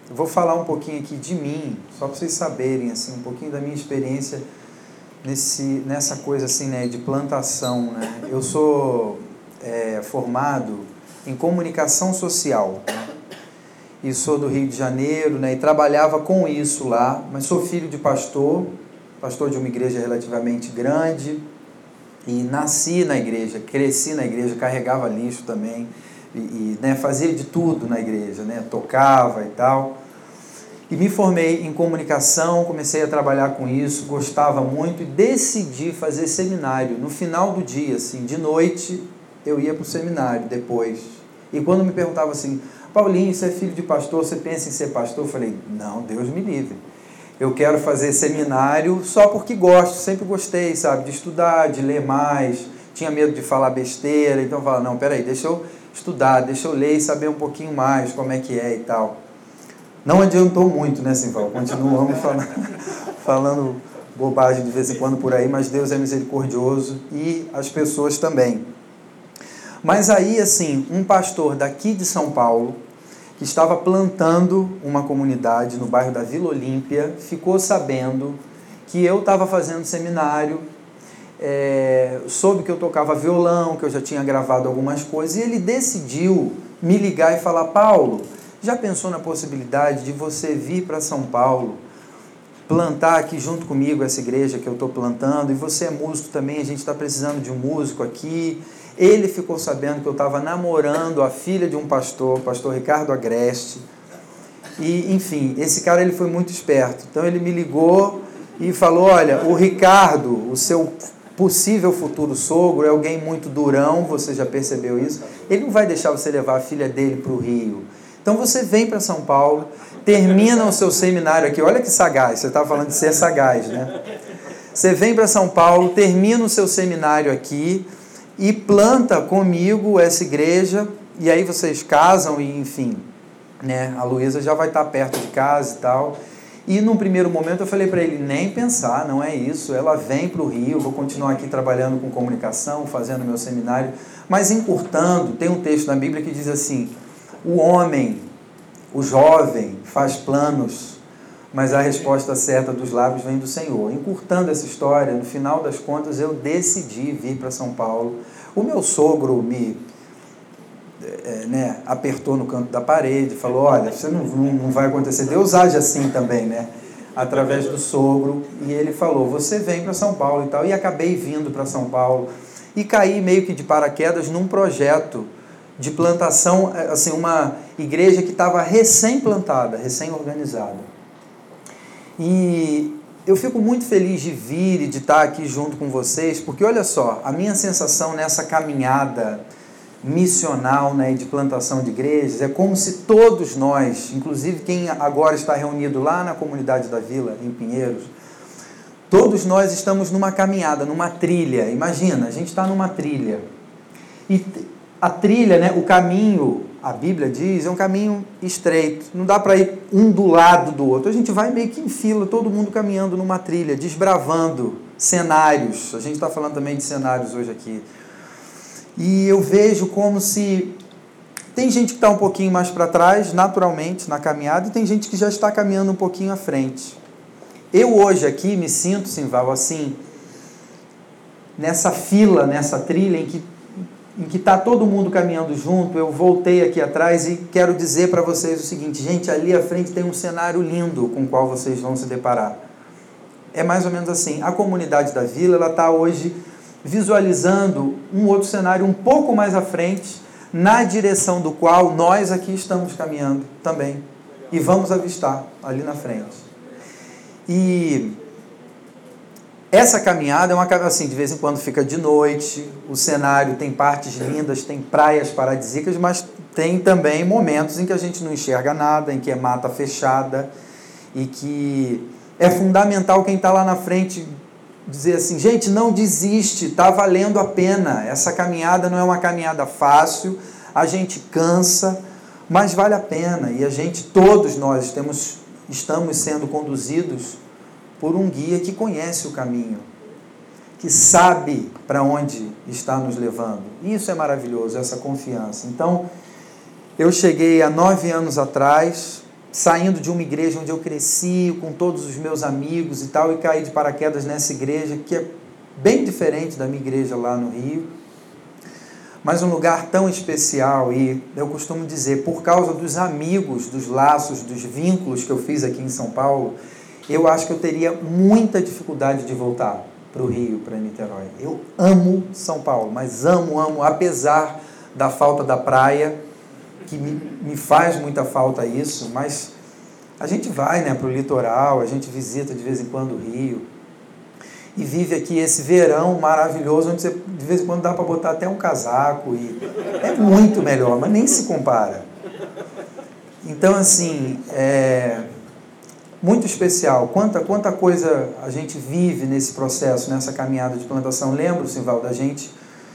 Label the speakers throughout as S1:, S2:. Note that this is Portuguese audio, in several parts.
S1: Eu vou falar um pouquinho aqui de mim, só para vocês saberem, assim, um pouquinho da minha experiência nessa coisa, assim, né, de plantação, né? Eu sou formado em comunicação social, né? E sou do Rio de Janeiro, né, e trabalhava com isso lá, mas sou filho de pastor de uma igreja relativamente grande, e nasci na igreja, cresci na igreja, carregava lixo também, né, fazia de tudo na igreja, né, tocava e tal, e me formei em comunicação, comecei a trabalhar com isso, gostava muito e decidi fazer seminário. No final do dia, assim, de noite, eu ia para o seminário depois, e quando me perguntavam assim, Paulinho, você é filho de pastor, você pensa em ser pastor? Eu falei, não, Deus me livre. Eu quero fazer seminário só porque gosto, sempre gostei, sabe, de estudar, de ler mais, tinha medo de falar besteira, então eu falava, não, peraí, deixa eu estudar, deixa eu ler e saber um pouquinho mais como é que é e tal. Não adiantou muito, né, Simval? Continuamos falando bobagem de vez em quando por aí, mas Deus é misericordioso e as pessoas também. Mas aí, assim, um pastor daqui de São Paulo, que estava plantando uma comunidade no bairro da Vila Olímpia, ficou sabendo que eu estava fazendo seminário, soube que eu tocava violão, que eu já tinha gravado algumas coisas, e ele decidiu me ligar e falar, Paulo, já pensou na possibilidade de você vir para São Paulo, plantar aqui junto comigo essa igreja que eu estou plantando, e você é músico também, a gente está precisando de um músico aqui. Ele ficou sabendo que eu estava namorando a filha de um pastor, o pastor Ricardo Agreste, e enfim, esse cara ele foi muito esperto, então ele me ligou e falou, olha, o Ricardo, o seu possível futuro sogro, é alguém muito durão, você já percebeu isso, ele não vai deixar você levar a filha dele para o Rio, então você vem para São Paulo, termina o seu seminário aqui, olha que sagaz, você estava falando de ser sagaz, né? Você vem para São Paulo, termina o seu seminário aqui e planta comigo essa igreja, e aí vocês casam e enfim, né? A Luísa já vai estar perto de casa e tal. E num primeiro momento eu falei para ele, nem pensar, não é isso, ela vem para o Rio, vou continuar aqui trabalhando com comunicação, fazendo meu seminário, mas encurtando, tem um texto na Bíblia que diz assim, o homem, o jovem faz planos, mas a resposta certa dos lábios vem do Senhor. Encurtando essa história, no final das contas, eu decidi vir para São Paulo. O meu sogro me apertou no canto da parede, falou, olha, isso não vai acontecer. Deus age assim também, né? Através do sogro. E ele falou, você vem para São Paulo e tal. E acabei vindo para São Paulo. E caí meio que de paraquedas num projeto de plantação, assim, uma igreja que estava recém-plantada, recém-organizada. E eu fico muito feliz de vir e de estar aqui junto com vocês, porque olha só, a minha sensação nessa caminhada missional, né, de plantação de igrejas, é como se todos nós, inclusive quem agora está reunido lá na comunidade da Vila, em Pinheiros, todos nós estamos numa caminhada, numa trilha. Imagina, a gente está numa trilha. E a trilha, né, o caminho, a Bíblia diz, é um caminho estreito. Não dá para ir um do lado do outro. A gente vai meio que em fila, todo mundo caminhando numa trilha, desbravando cenários. A gente está falando também de cenários hoje aqui. E eu vejo como se... Tem gente que está um pouquinho mais para trás, naturalmente, na caminhada, e tem gente que já está caminhando um pouquinho à frente. Eu hoje aqui me sinto, Simval, assim, nessa fila, nessa trilha em que está todo mundo caminhando junto. Eu voltei aqui atrás e quero dizer para vocês o seguinte, gente, ali à frente tem um cenário lindo com o qual vocês vão se deparar. É mais ou menos assim, a comunidade da Vila, ela está hoje visualizando um outro cenário um pouco mais à frente, na direção do qual nós aqui estamos caminhando também, e vamos avistar ali na frente. E essa caminhada é uma caminhada assim, de vez em quando fica de noite, o cenário tem partes lindas, tem praias paradisíacas, mas tem também momentos em que a gente não enxerga nada, em que é mata fechada, e que é fundamental quem está lá na frente dizer assim, gente, não desiste, está valendo a pena, essa caminhada não é uma caminhada fácil, a gente cansa, mas vale a pena, e a gente, todos nós estamos sendo conduzidos por um guia que conhece o caminho, que sabe para onde está nos levando. Isso é maravilhoso, essa confiança. Então, eu cheguei há 9 anos atrás, saindo de uma igreja onde eu cresci, com todos os meus amigos e tal, e caí de paraquedas nessa igreja, que é bem diferente da minha igreja lá no Rio, mas um lugar tão especial. E eu costumo dizer, por causa dos amigos, dos laços, dos vínculos que eu fiz aqui em São Paulo, eu acho que eu teria muita dificuldade de voltar para o Rio, para Niterói. Eu amo São Paulo, mas amo, apesar da falta da praia, que me faz muita falta isso, mas a gente vai, né, para o litoral, a gente visita de vez em quando o Rio, e vive aqui esse verão maravilhoso, onde você, de vez em quando dá para botar até um casaco, e é muito melhor, mas nem se compara. Então, assim, muito especial. Quanta coisa a gente vive nesse processo, nessa caminhada de plantação. Lembro, Simval, da gente,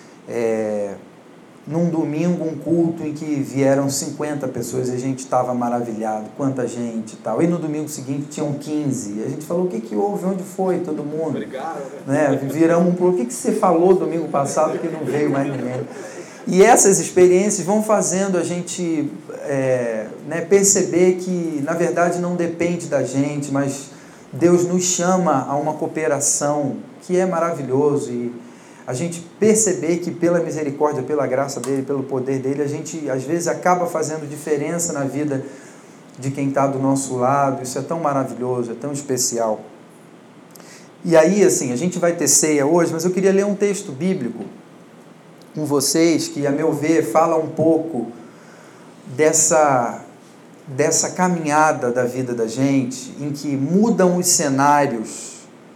S1: num domingo, um culto em que vieram 50 pessoas e a gente estava maravilhado, quanta gente e tal. E no domingo seguinte tinham 15. E a gente falou, o que houve? Onde foi todo mundo?
S2: Obrigado,
S1: né? Viramos o que você falou domingo passado que não veio mais ninguém? E essas experiências vão fazendo a gente perceber que, na verdade, não depende da gente, mas Deus nos chama a uma cooperação que é maravilhoso, e a gente perceber que pela misericórdia, pela graça dele, pelo poder dele, a gente às vezes acaba fazendo diferença na vida de quem está do nosso lado. Isso é tão maravilhoso, é tão especial. E aí, assim, a gente vai ter ceia hoje, mas eu queria ler um texto bíblico com vocês, que, a meu ver, fala um pouco dessa caminhada da vida da gente, em que mudam os cenários,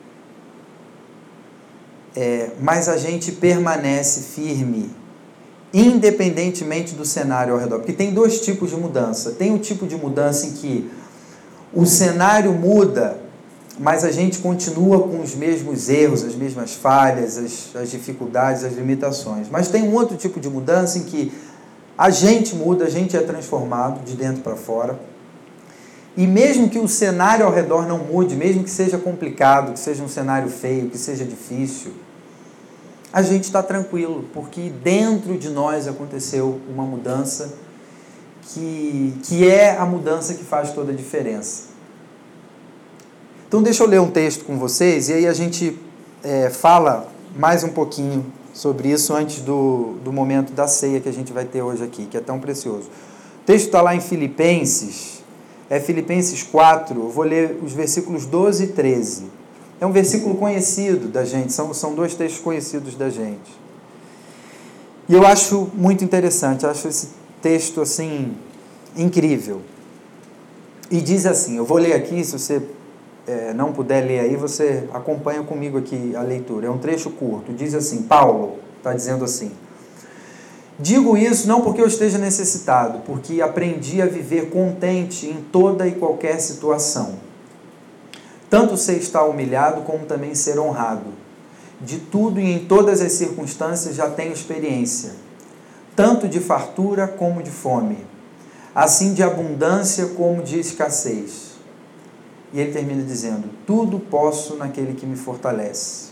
S1: mas a gente permanece firme, independentemente do cenário ao redor. Porque tem dois tipos de mudança. Tem um tipo de mudança em que o cenário muda, mas a gente continua com os mesmos erros, as mesmas falhas, as dificuldades, as limitações. Mas tem um outro tipo de mudança em que a gente muda, a gente é transformado de dentro para fora. E mesmo que o cenário ao redor não mude, mesmo que seja complicado, que seja um cenário feio, que seja difícil, a gente está tranquilo, porque dentro de nós aconteceu uma mudança que é a mudança que faz toda a diferença. Então deixa eu ler um texto com vocês, e aí a gente fala mais um pouquinho sobre isso antes do momento da ceia que a gente vai ter hoje aqui, que é tão precioso. O texto está lá em Filipenses, Filipenses 4, eu vou ler os versículos 12 e 13. É um versículo conhecido da gente, são dois textos conhecidos da gente. E eu acho muito interessante, acho esse texto, assim, incrível. E diz assim, eu vou ler aqui, se você não puder ler aí, você acompanha comigo aqui a leitura. É um trecho curto. Diz assim, Paulo está dizendo assim: digo isso não porque eu esteja necessitado, porque aprendi a viver contente em toda e qualquer situação. Tanto sei estar humilhado como também ser honrado. De tudo e em todas as circunstâncias já tenho experiência, tanto de fartura como de fome, assim de abundância como de escassez. E ele termina dizendo, tudo posso naquele que me fortalece.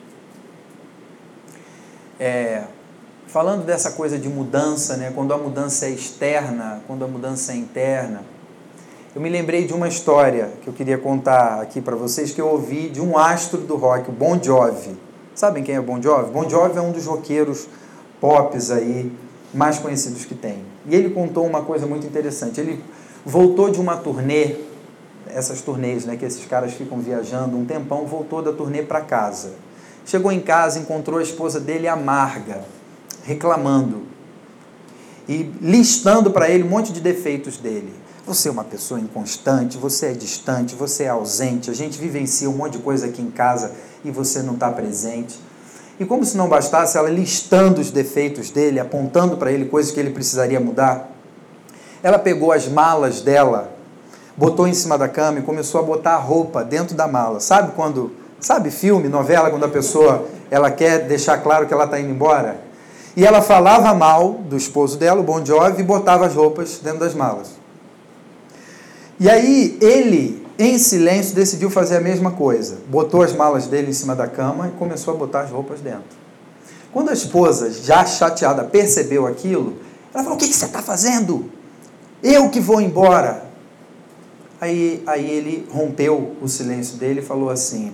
S1: Falando dessa coisa de mudança, né, quando a mudança é externa, quando a mudança é interna, eu me lembrei de uma história que eu queria contar aqui para vocês, que eu ouvi de um astro do rock, o Bon Jovi. Sabem quem é o Bon Jovi? Bon Jovi é um dos roqueiros pops aí, mais conhecidos que tem. E ele contou uma coisa muito interessante. Ele voltou de uma turnê, essas turnês, né, que esses caras ficam viajando um tempão, voltou da turnê para casa. Chegou em casa, encontrou a esposa dele amarga, reclamando e listando para ele um monte de defeitos dele. Você é uma pessoa inconstante, você é distante, você é ausente, a gente vivencia um monte de coisa aqui em casa e você não está presente. E como se não bastasse, ela listando os defeitos dele, apontando para ele coisas que ele precisaria mudar, ela pegou as malas dela, botou em cima da cama e começou a botar a roupa dentro da mala. Sabe filme, novela, quando a pessoa ela quer deixar claro que ela está indo embora? E ela falava mal do esposo dela, o Bon Jovi, e botava as roupas dentro das malas. E aí ele, em silêncio, decidiu fazer a mesma coisa. Botou as malas dele em cima da cama e começou a botar as roupas dentro. Quando a esposa, já chateada, percebeu aquilo, ela falou, o que você está fazendo? Eu que vou embora. Aí ele rompeu o silêncio dele e falou assim: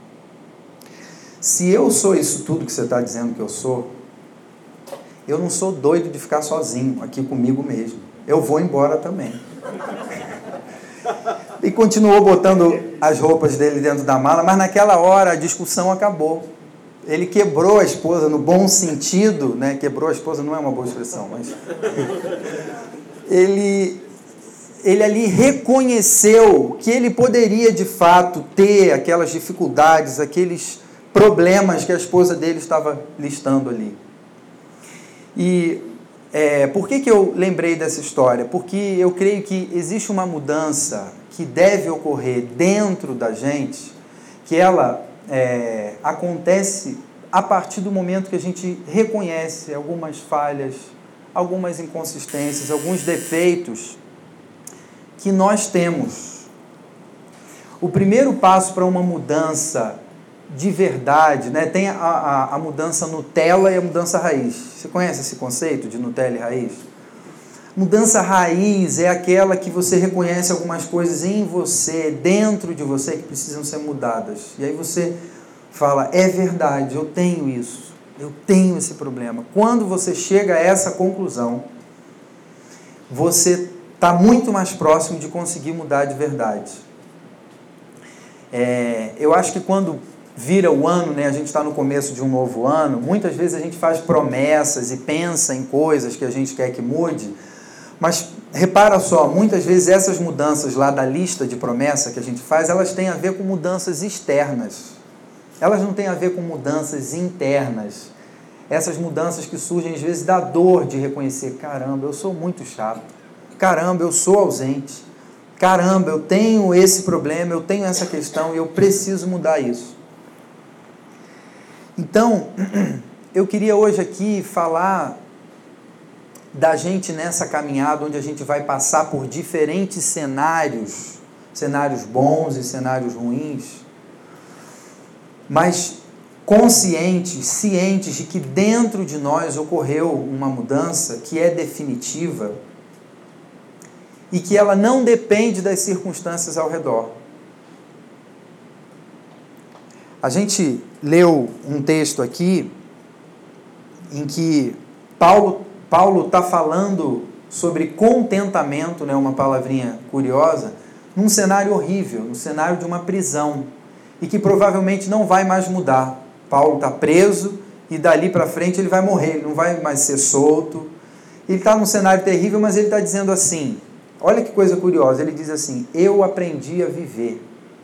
S1: se eu sou isso tudo que você está dizendo que eu sou, eu não sou doido de ficar sozinho aqui comigo mesmo. Eu vou embora também. E continuou botando as roupas dele dentro da mala, mas naquela hora a discussão acabou. Ele quebrou a esposa no bom sentido, né? Quebrou a esposa não é uma boa expressão, mas ele ali reconheceu que ele poderia de fato ter aquelas dificuldades, aqueles problemas que a esposa dele estava listando ali. E por que eu lembrei dessa história? Porque eu creio que existe uma mudança que deve ocorrer dentro da gente, que ela acontece a partir do momento que a gente reconhece algumas falhas, algumas inconsistências, alguns defeitos que nós temos. O primeiro passo para uma mudança de verdade, né? Tem a mudança Nutella e a mudança raiz. Você conhece esse conceito de Nutella e raiz? Mudança raiz é aquela que você reconhece algumas coisas em você, dentro de você, que precisam ser mudadas. E aí você fala, é verdade, eu tenho isso, eu tenho esse problema. Quando você chega a essa conclusão, você está muito mais próximo de conseguir mudar de verdade. Eu acho que quando vira o ano, né, a gente está no começo de um novo ano, muitas vezes a gente faz promessas e pensa em coisas que a gente quer que mude, mas repara só, muitas vezes essas mudanças lá da lista de promessa que a gente faz, elas têm a ver com mudanças externas, elas não têm a ver com mudanças internas, essas mudanças que surgem às vezes da dor de reconhecer, caramba, eu sou muito chato, caramba, eu sou ausente, caramba, eu tenho esse problema, eu tenho essa questão e eu preciso mudar isso. Então, eu queria hoje aqui falar da gente nessa caminhada onde a gente vai passar por diferentes cenários bons e cenários ruins, mas conscientes, cientes de que dentro de nós ocorreu uma mudança que é definitiva e que ela não depende das circunstâncias ao redor. A gente leu um texto aqui em que Paulo está falando sobre contentamento, né, uma palavrinha curiosa, num cenário horrível, no cenário de uma prisão, e que provavelmente não vai mais mudar. Paulo está preso e dali para frente ele vai morrer, ele não vai mais ser solto. Ele está num cenário terrível, mas ele está dizendo assim, olha que coisa curiosa, ele diz assim, eu aprendi a viver.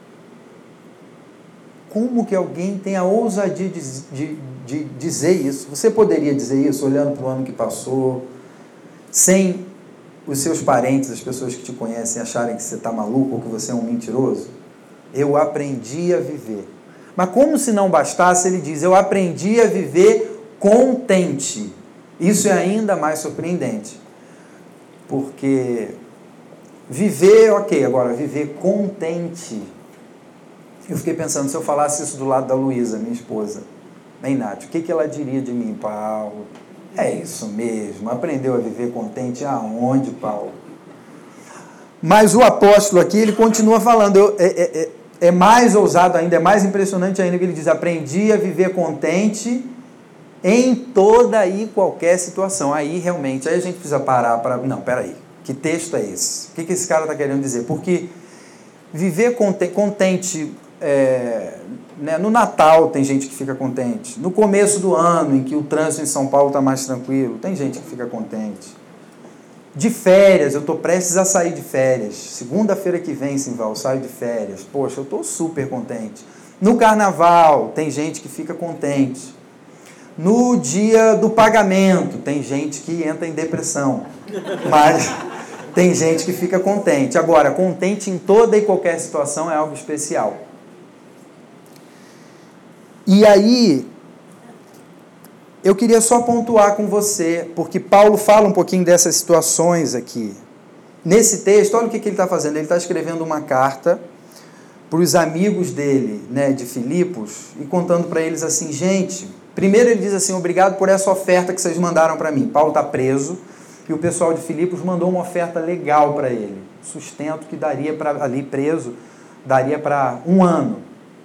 S1: Como que alguém tem a ousadia de dizer isso? Você poderia dizer isso olhando para o ano que passou, sem os seus parentes, as pessoas que te conhecem, acharem que você está maluco ou que você é um mentiroso? Eu aprendi a viver. Mas como se não bastasse, ele diz, eu aprendi a viver contente. Isso é ainda mais surpreendente. Porque viver, ok, agora viver contente. Eu fiquei pensando, se eu falasse isso do lado da Luísa, minha esposa, bem, Nath, o que ela diria de mim? Paulo, é isso mesmo, aprendeu a viver contente aonde, Paulo? Mas o apóstolo aqui, ele continua falando, é mais ousado ainda, é mais impressionante ainda que ele diz, aprendi a viver contente em toda e qualquer situação. Aí realmente, aí a gente precisa parar para, não, peraí, que texto é esse? O que esse cara está querendo dizer? Porque viver contente, né, no Natal tem gente que fica contente, no começo do ano, em que o trânsito em São Paulo está mais tranquilo, tem gente que fica contente. De férias, eu estou prestes a sair de férias, segunda-feira que vem, Simval, eu saio de férias, poxa, eu estou super contente. No carnaval, tem gente que fica contente. No dia do pagamento, tem gente que entra em depressão, mas tem gente que fica contente. Agora, contente em toda e qualquer situação é algo especial. E aí, eu queria só pontuar com você, porque Paulo fala um pouquinho dessas situações aqui. Nesse texto, olha o que ele está fazendo. Ele está escrevendo uma carta para os amigos dele, né, de Filipos, e contando para eles assim, gente, primeiro ele diz assim, obrigado por essa oferta que vocês mandaram para mim. Paulo está preso, e o pessoal de Filipos mandou uma oferta legal para ele. sustento que daria para, ali preso, daria para 1 ano.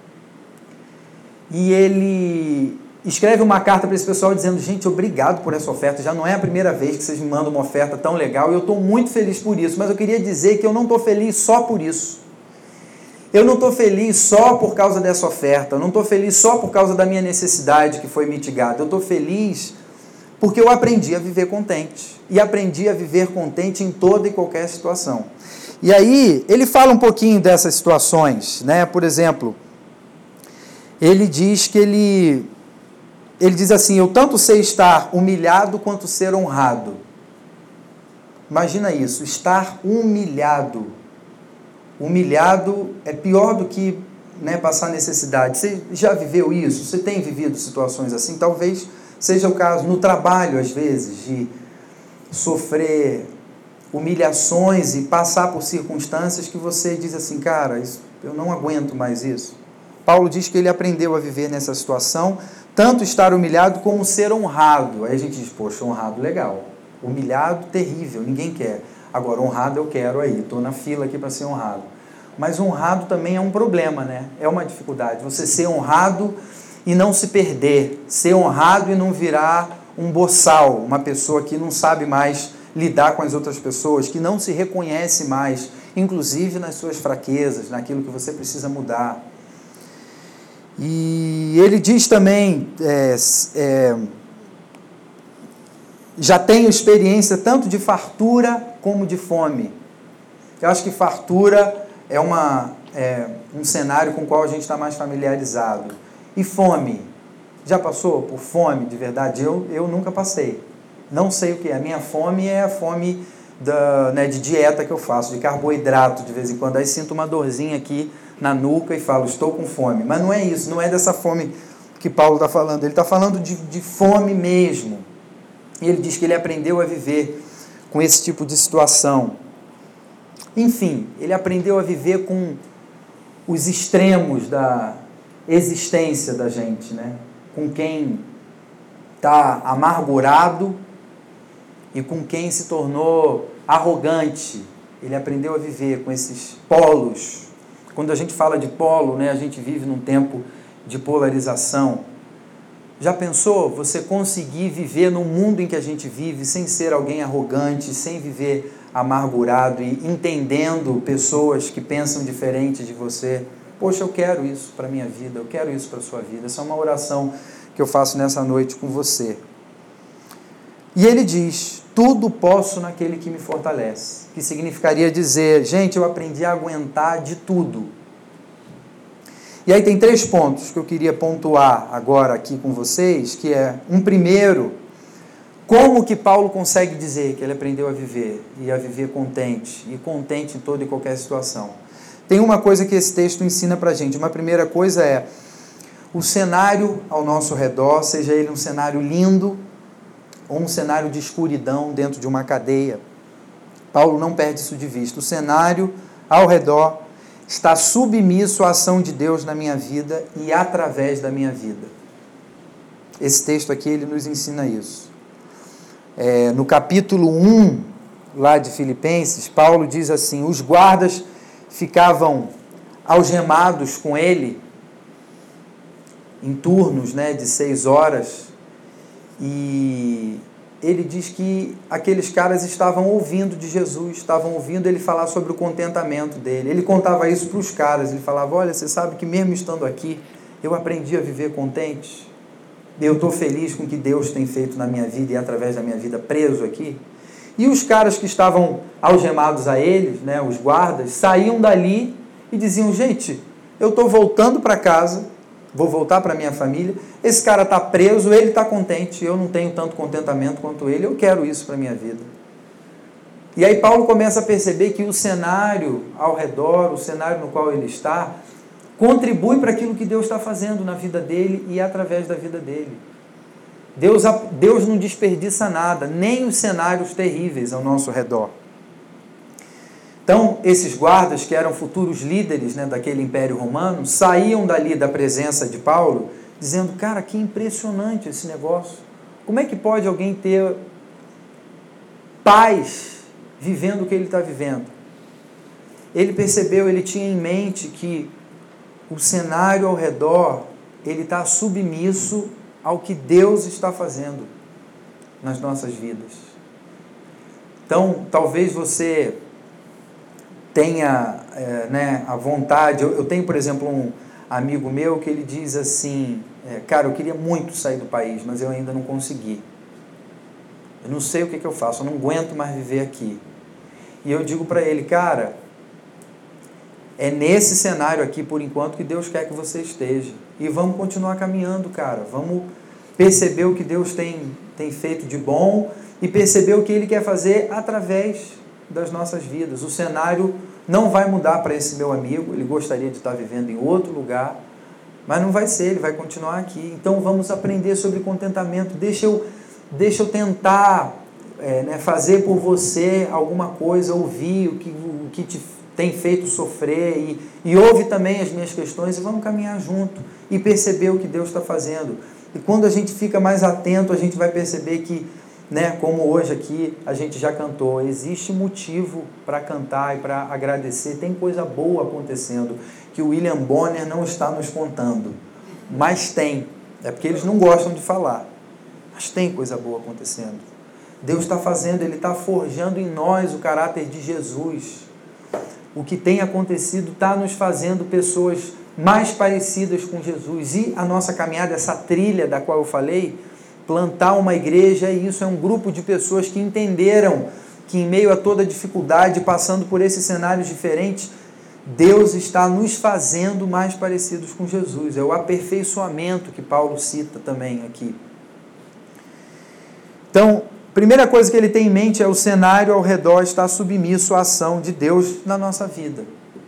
S1: E ele escreve uma carta para esse pessoal dizendo, gente, obrigado por essa oferta, já não é a primeira vez que vocês me mandam uma oferta tão legal, e eu estou muito feliz por isso, mas eu queria dizer que eu não estou feliz só por isso. Eu não estou feliz só por causa dessa oferta, eu não estou feliz só por causa da minha necessidade que foi mitigada, eu estou feliz porque eu aprendi a viver contente, e aprendi a viver contente em toda e qualquer situação. E aí, ele fala um pouquinho dessas situações, né? Por exemplo, ele diz que ele diz assim, eu tanto sei estar humilhado quanto ser honrado. Imagina isso, estar humilhado. Humilhado é pior do que, né, passar necessidade. Você já viveu isso? Você tem vivido situações assim? Talvez seja o caso no trabalho, às vezes, de sofrer humilhações e passar por circunstâncias que você diz assim, cara, eu não aguento mais isso. Paulo diz que ele aprendeu a viver nessa situação, tanto estar humilhado como ser honrado. Aí a gente diz, poxa, honrado, legal. Humilhado, terrível, ninguém quer. Agora, honrado eu quero aí, estou na fila aqui para ser honrado. Mas honrado também é um problema, né? É uma dificuldade. Você ser honrado e não se perder. Ser honrado e não virar um boçal, uma pessoa que não sabe mais lidar com as outras pessoas, que não se reconhece mais, inclusive nas suas fraquezas, naquilo que você precisa mudar. E ele diz também, já tenho experiência tanto de fartura como de fome. Eu acho que fartura é um cenário com o qual a gente está mais familiarizado. E fome? Já passou por fome de verdade? Eu nunca passei. Não sei o que é. A minha fome é a fome de dieta que eu faço, de carboidrato de vez em quando. Aí sinto uma dorzinha aqui na nuca e falo, estou com fome. Mas não é isso, não é dessa fome que Paulo está falando. Ele está falando de fome mesmo. E ele diz que ele aprendeu a viver com esse tipo de situação. Enfim, ele aprendeu a viver com os extremos da existência da gente, né? Com quem está amargurado e com quem se tornou arrogante. Ele aprendeu a viver com esses polos. Quando a gente fala de polo, né, a gente vive num tempo de polarização. Já pensou você conseguir viver no mundo em que a gente vive sem ser alguém arrogante, sem viver amargurado e entendendo pessoas que pensam diferente de você? Poxa, eu quero isso para a minha vida, eu quero isso para a sua vida. Essa é uma oração que eu faço nessa noite com você. E ele diz, tudo posso naquele que me fortalece. Que significaria dizer, gente, eu aprendi a aguentar de tudo. E aí tem 3 pontos que eu queria pontuar agora aqui com vocês, que é, um primeiro, como que Paulo consegue dizer que ele aprendeu a viver, e a viver contente, e contente em toda e qualquer situação. Tem uma coisa que esse texto ensina pra gente. Uma primeira coisa é, o cenário ao nosso redor, seja ele um cenário lindo, ou um cenário de escuridão dentro de uma cadeia, Paulo não perde isso de vista. O cenário ao redor está submisso à ação de Deus na minha vida e através da minha vida. Esse texto aqui, ele nos ensina isso. No capítulo 1, lá de Filipenses, Paulo diz assim, os guardas ficavam algemados com ele, em turnos, né, de 6 horas, e ele diz que aqueles caras estavam ouvindo de Jesus, estavam ouvindo ele falar sobre o contentamento dele. Ele contava isso para os caras, ele falava, olha, você sabe que mesmo estando aqui, eu aprendi a viver contente, eu estou feliz com o que Deus tem feito na minha vida e através da minha vida preso aqui. E os caras que estavam algemados a eles, né, os guardas, saíam dali e diziam, gente, eu estou voltando para casa, vou voltar para minha família, esse cara está preso, ele está contente, eu não tenho tanto contentamento quanto ele, eu quero isso para a minha vida. E aí Paulo começa a perceber que o cenário ao redor, o cenário no qual ele está, contribui para aquilo que Deus está fazendo na vida dele e através da vida dele. Deus não desperdiça nada, nem os cenários terríveis ao nosso redor. Então, esses guardas, que eram futuros líderes, né, daquele Império Romano, saíam dali da presença de Paulo, dizendo, cara, que impressionante esse negócio. Como é que pode alguém ter paz vivendo o que ele está vivendo? ele percebeu, ele tinha em mente que o cenário ao redor, ele está submisso ao que Deus está fazendo nas nossas vidas. Então, talvez você tenha a vontade. Eu tenho, por exemplo, um amigo meu que ele diz assim, cara, eu queria muito sair do país, mas eu ainda não consegui. Eu não sei o que eu faço, eu não aguento mais viver aqui. E eu digo para ele, cara, é nesse cenário aqui, por enquanto, que Deus quer que você esteja. E vamos continuar caminhando, cara. Vamos perceber o que Deus tem feito de bom e perceber o que Ele quer fazer através das nossas vidas. O cenário não vai mudar para esse meu amigo, ele gostaria de estar vivendo em outro lugar, mas não vai ser, ele vai continuar aqui. Então vamos aprender sobre contentamento. Deixa eu tentar fazer por você alguma coisa, ouvir o que te tem feito sofrer e ouve também as minhas questões e vamos caminhar junto e perceber o que Deus está fazendo. E quando a gente fica mais atento, a gente vai perceber que, como hoje aqui a gente já cantou, existe motivo para cantar e para agradecer, tem coisa boa acontecendo, que o William Bonner não está nos contando, mas tem, é porque eles não gostam de falar, mas tem coisa boa acontecendo. Deus está fazendo, Ele está forjando em nós o caráter de Jesus. O que tem acontecido está nos fazendo pessoas mais parecidas com Jesus. E a nossa caminhada, essa trilha da qual eu falei, plantar uma igreja, isso é um grupo de pessoas que entenderam que em meio a toda dificuldade, passando por esses cenários diferentes, Deus está nos fazendo mais parecidos com Jesus. É o aperfeiçoamento que Paulo cita também aqui. Então, a primeira coisa que ele tem em mente é o cenário ao redor está submisso à ação de Deus na nossa vida.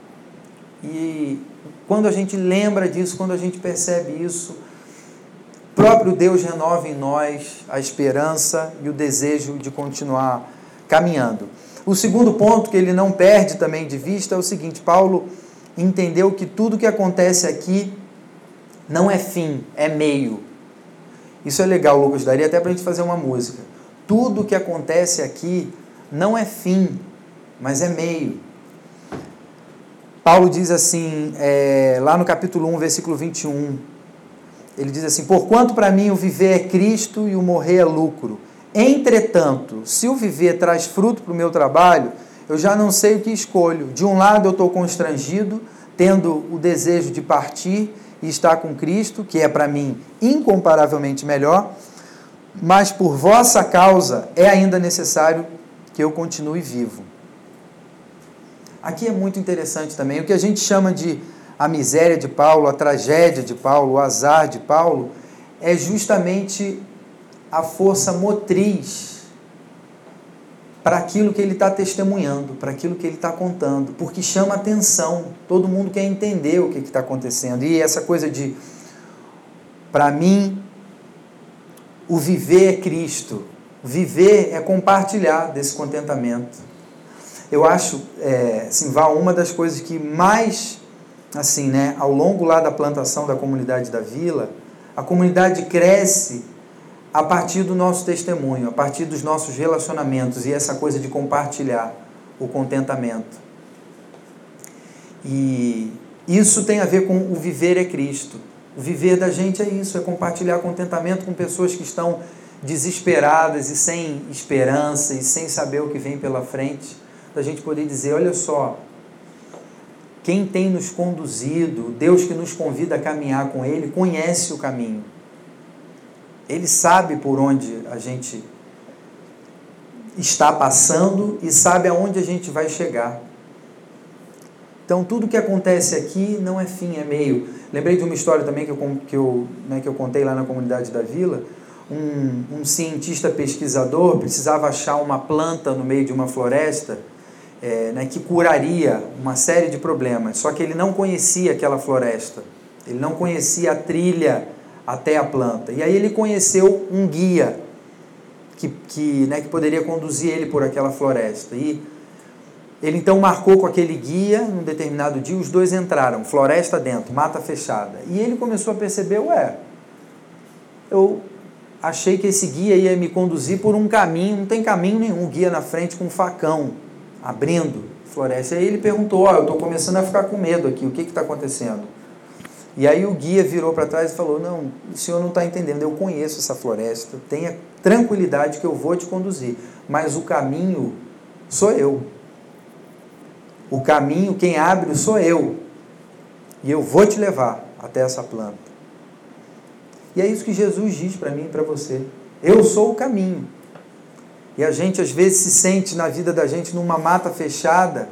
S1: E quando a gente lembra disso, quando a gente percebe isso, o próprio Deus renova em nós a esperança e o desejo de continuar caminhando. O segundo ponto que ele não perde também de vista é o seguinte: Paulo entendeu que tudo que acontece aqui não é fim, é meio. Isso é legal, Lucas, daria até para a gente fazer uma música. Tudo que acontece aqui não é fim, mas é meio. Paulo diz assim, lá no capítulo 1, versículo 21, ele diz assim: porquanto para mim o viver é Cristo e o morrer é lucro. Entretanto, se o viver traz fruto para o meu trabalho, eu já não sei o que escolho. De um lado eu estou constrangido, tendo o desejo de partir e estar com Cristo, que é para mim incomparavelmente melhor, mas por vossa causa é ainda necessário que eu continue vivo. Aqui é muito interessante também, o que a gente chama de a miséria de Paulo, a tragédia de Paulo, o azar de Paulo, é justamente a força motriz para aquilo que ele está testemunhando, para aquilo que ele está contando, porque chama atenção, todo mundo quer entender o que está acontecendo, e essa coisa de, para mim, o viver é Cristo, viver é compartilhar desse contentamento. Eu acho, Simval, uma das coisas que mais, assim, ao longo lá da plantação da comunidade da Vila, a comunidade cresce a partir do nosso testemunho, a partir dos nossos relacionamentos e essa coisa de compartilhar o contentamento. E isso tem a ver com o viver é Cristo. O viver da gente é isso, é compartilhar contentamento com pessoas que estão desesperadas e sem esperança e sem saber o que vem pela frente, da gente poder dizer, olha só, quem tem nos conduzido, Deus que nos convida a caminhar com Ele, conhece o caminho. Ele sabe por onde a gente está passando e sabe aonde a gente vai chegar. Então, tudo que acontece aqui não é fim, é meio. Lembrei de uma história também que eu contei lá na comunidade da Vila. Um cientista pesquisador precisava achar uma planta no meio de uma floresta que curaria uma série de problemas. Só que ele não conhecia aquela floresta. Ele não conhecia a trilha até a planta. E aí ele conheceu um guia que poderia conduzir ele por aquela floresta. E ele então marcou com aquele guia, num determinado dia, os dois entraram, floresta dentro, mata fechada. E ele começou a perceber, eu achei que esse guia ia me conduzir por um caminho, não tem caminho nenhum, guia na frente com um facão, abrindo, floresta. E aí ele perguntou, eu estou começando a ficar com medo aqui, o que está acontecendo? E aí o guia virou para trás e falou, não, o senhor não está entendendo, eu conheço essa floresta, tenha tranquilidade que eu vou te conduzir, mas o caminho sou eu. O caminho, quem abre sou eu. E eu vou te levar até essa planta. E é isso que Jesus diz para mim e para você. Eu sou o caminho. E a gente às vezes se sente na vida da gente numa mata fechada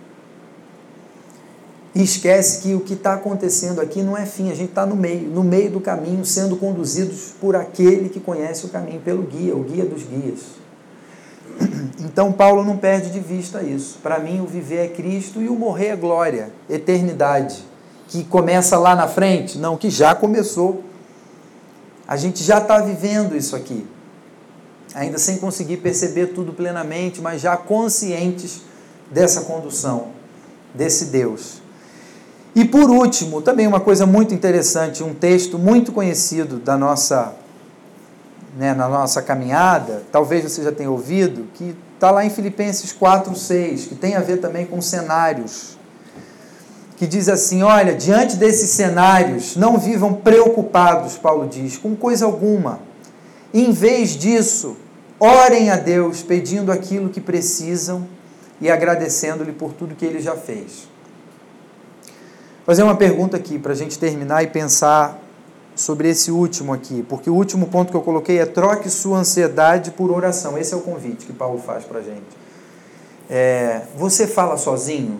S1: e esquece que o que está acontecendo aqui não é fim, a gente está no meio do caminho, sendo conduzidos por aquele que conhece o caminho, pelo guia, o guia dos guias. Então Paulo não perde de vista isso. Para mim o viver é Cristo e o morrer é glória, eternidade, que começa lá na frente? Não, que já começou. A gente já está vivendo isso aqui, ainda sem conseguir perceber tudo plenamente, mas já conscientes dessa condução, desse Deus. E por último, também uma coisa muito interessante, um texto muito conhecido da nossa, na nossa caminhada, talvez você já tenha ouvido, que está lá em Filipenses 4:6, que tem a ver também com cenários, que diz assim, olha, diante desses cenários, não vivam preocupados, Paulo diz, com coisa alguma. Em vez disso, orem a Deus, pedindo aquilo que precisam e agradecendo-lhe por tudo que Ele já fez. Vou fazer uma pergunta aqui, para a gente terminar e pensar sobre esse último aqui, porque o último ponto que eu coloquei é troque sua ansiedade por oração. Esse é o convite que Paulo faz para a gente. Você fala sozinho?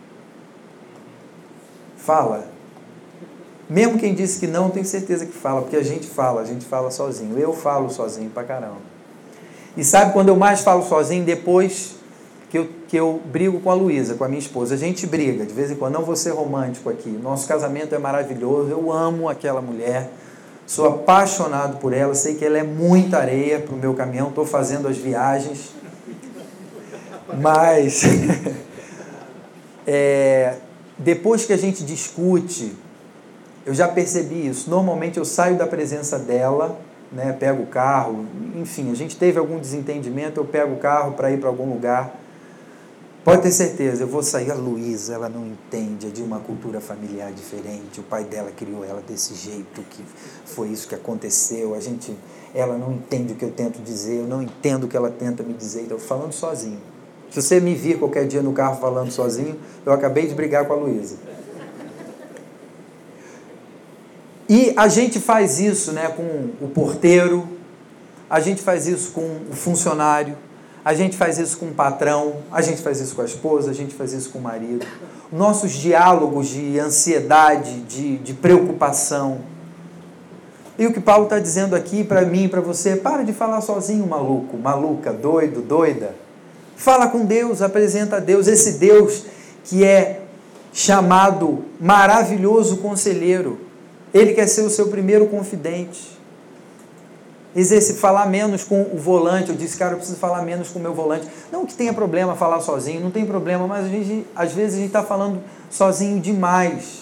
S1: Fala. Mesmo quem disse que não, tem certeza que fala, porque a gente fala sozinho. Eu falo sozinho pra caramba. E sabe quando eu mais falo sozinho? Depois que eu brigo com a Luísa, com a minha esposa. A gente briga, de vez em quando. Não vou ser romântico aqui. Nosso casamento é maravilhoso, eu amo aquela mulher, sou apaixonado por ela, sei que ela é muita areia para o meu caminhão, estou fazendo as viagens. Mas, depois que a gente discute, eu já percebi isso. Normalmente eu saio da presença dela, pego o carro, enfim, a gente teve algum desentendimento, eu pego o carro para ir para algum lugar. Pode ter certeza, eu vou sair. A Luísa, ela não entende, é de uma cultura familiar diferente, o pai dela criou ela desse jeito, que foi isso que aconteceu, ela não entende o que eu tento dizer, eu não entendo o que ela tenta me dizer, então eu falando sozinho. Se você me vir qualquer dia no carro falando sozinho, eu acabei de brigar com a Luísa. E a gente faz isso com o porteiro, a gente faz isso com o funcionário, a gente faz isso com o patrão, a gente faz isso com a esposa, a gente faz isso com o marido. Nossos diálogos de ansiedade, de preocupação. E o que Paulo está dizendo aqui para mim e para você, para de falar sozinho, maluco, maluca, doido, doida. Fala com Deus, apresenta a Deus, esse Deus que é chamado maravilhoso conselheiro. Ele quer ser o seu primeiro confidente. Falar menos com o volante. Eu disse, cara, eu preciso falar menos com o meu volante. Não que tenha problema falar sozinho, não tem problema, mas às vezes a gente está falando sozinho demais.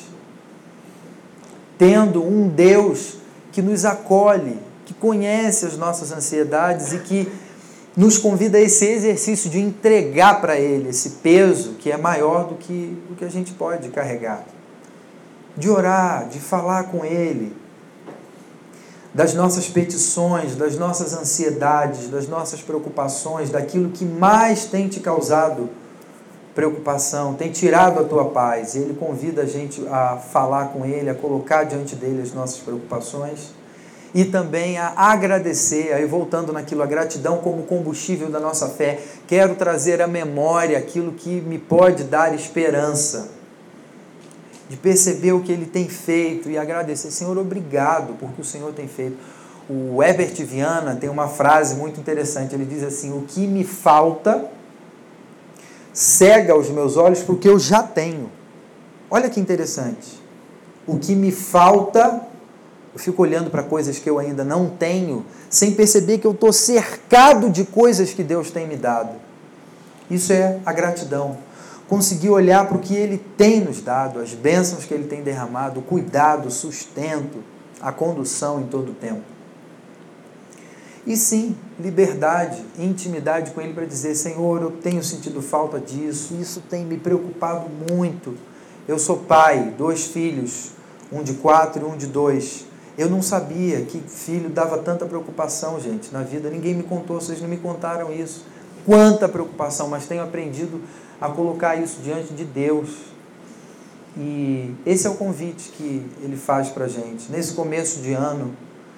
S1: Tendo um Deus que nos acolhe, que conhece as nossas ansiedades e que nos convida a esse exercício de entregar para Ele esse peso que é maior do que a gente pode carregar. De orar, de falar com Ele, das nossas petições, das nossas ansiedades, das nossas preocupações, daquilo que mais tem te causado preocupação, tem tirado a tua paz. E Ele convida a gente a falar com Ele, a colocar diante dEle as nossas preocupações e também a agradecer, aí voltando naquilo, a gratidão como combustível da nossa fé. Quero trazer à memória aquilo que me pode dar esperança, de perceber o que Ele tem feito e agradecer. Senhor, obrigado por que o Senhor tem feito. O Herbert Viana tem uma frase muito interessante, ele diz assim, o que me falta cega os meus olhos porque eu já tenho. Olha que interessante. O que me falta, eu fico olhando para coisas que eu ainda não tenho, sem perceber que eu estou cercado de coisas que Deus tem me dado. Isso é a gratidão. Conseguir olhar para o que Ele tem nos dado, as bênçãos que Ele tem derramado, o cuidado, o sustento, a condução em todo o tempo. E sim, liberdade, intimidade com Ele para dizer, Senhor, eu tenho sentido falta disso, isso tem me preocupado muito. Eu sou pai, 2 filhos, um de 4 e um de 2. Eu não sabia que filho dava tanta preocupação, gente, na vida. Ninguém me contou, vocês não me contaram isso. Quanta preocupação, mas tenho aprendido a colocar isso diante de Deus. E esse é o convite que Ele faz para a gente. Nesse começo de ano,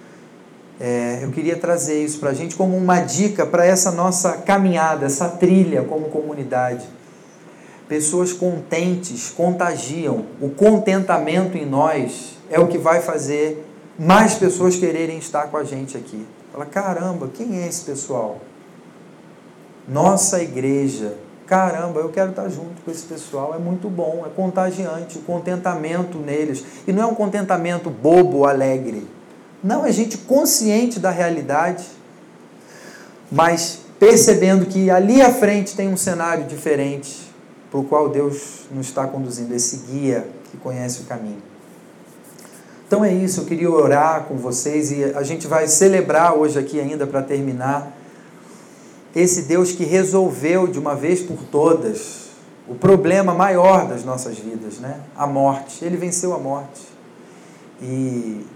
S1: eu queria trazer isso para a gente como uma dica para essa nossa caminhada, essa trilha como comunidade. Pessoas contentes contagiam. O contentamento em nós é o que vai fazer mais pessoas quererem estar com a gente aqui. Fala, caramba, quem é esse pessoal? Nossa igreja. Caramba, eu quero estar junto com esse pessoal, é muito bom, é contagiante, o contentamento neles. E não é um contentamento bobo, alegre. Não, é gente consciente da realidade, mas percebendo que ali à frente tem um cenário diferente, para o qual Deus nos está conduzindo, esse guia que conhece o caminho. Então é isso, eu queria orar com vocês e a gente vai celebrar hoje aqui ainda para terminar esse Deus que resolveu de uma vez por todas o problema maior das nossas vidas, né? A morte. Ele venceu a morte. E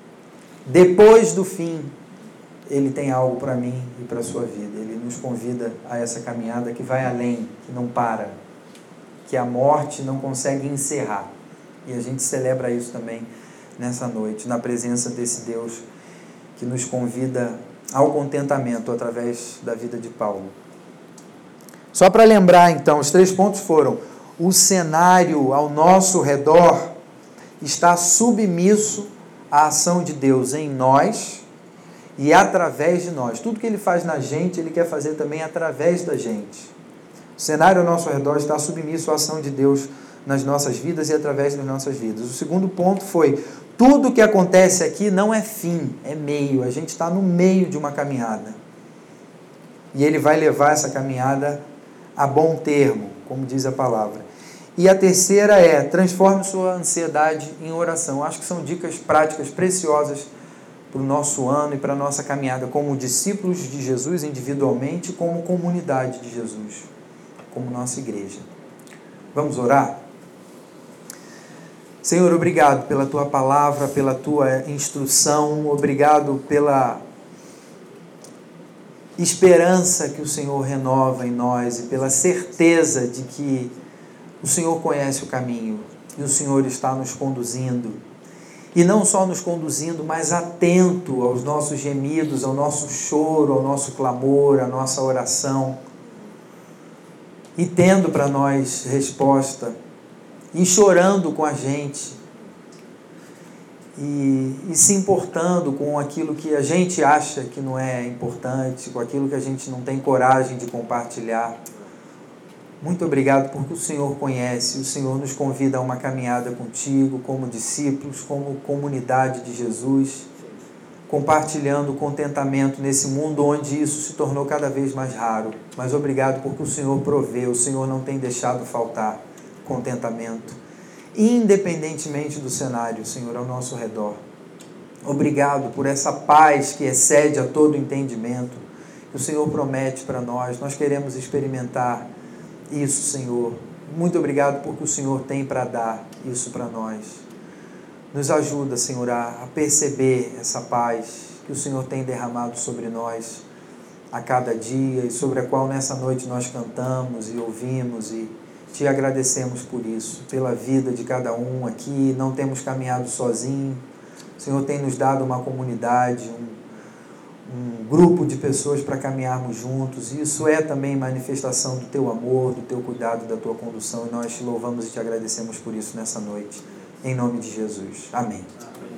S1: depois do fim, Ele tem algo para mim e para a sua vida. Ele nos convida a essa caminhada que vai além, que não para, que a morte não consegue encerrar. E a gente celebra isso também nessa noite, na presença desse Deus que nos convida ao contentamento através da vida de Paulo. Só para lembrar, então, os 3 pontos foram: o cenário ao nosso redor está submisso à ação de Deus em nós e através de nós. Tudo que Ele faz na gente, Ele quer fazer também através da gente. O cenário ao nosso redor está submisso à ação de Deus nas nossas vidas e através das nossas vidas. O segundo ponto foi: tudo que acontece aqui não é fim, é meio. A gente está no meio de uma caminhada. E Ele vai levar essa caminhada a bom termo, como diz a palavra. E a terceira é: transforme sua ansiedade em oração. Acho que são dicas práticas preciosas para o nosso ano e para a nossa caminhada como discípulos de Jesus individualmente, como comunidade de Jesus, como nossa igreja. Vamos orar? Senhor, obrigado pela Tua palavra, pela Tua instrução, obrigado pela esperança que o Senhor renova em nós e pela certeza de que o Senhor conhece o caminho e o Senhor está nos conduzindo. E não só nos conduzindo, mas atento aos nossos gemidos, ao nosso choro, ao nosso clamor, à nossa oração. E tendo para nós resposta, e chorando com a gente, e se importando com aquilo que a gente acha que não é importante, com aquilo que a gente não tem coragem de compartilhar. Muito obrigado porque o Senhor conhece, o Senhor nos convida a uma caminhada contigo, como discípulos, como comunidade de Jesus, compartilhando o contentamento nesse mundo onde isso se tornou cada vez mais raro. Mas obrigado porque o Senhor provê, o Senhor não tem deixado faltar contentamento, independentemente do cenário, Senhor, ao nosso redor. Obrigado por essa paz que excede a todo entendimento, que o Senhor promete para nós. Nós queremos experimentar isso, Senhor. Muito obrigado porque o Senhor tem para dar isso para nós. Nos ajuda, Senhor, a perceber essa paz que o Senhor tem derramado sobre nós a cada dia e sobre a qual nessa noite nós cantamos e ouvimos e te agradecemos por isso, pela vida de cada um aqui. Não temos caminhado sozinho. O Senhor tem nos dado uma comunidade, um grupo de pessoas para caminharmos juntos. Isso é também manifestação do teu amor, do teu cuidado, da tua condução. E nós te louvamos e te agradecemos por isso nessa noite. Em nome de Jesus. Amém.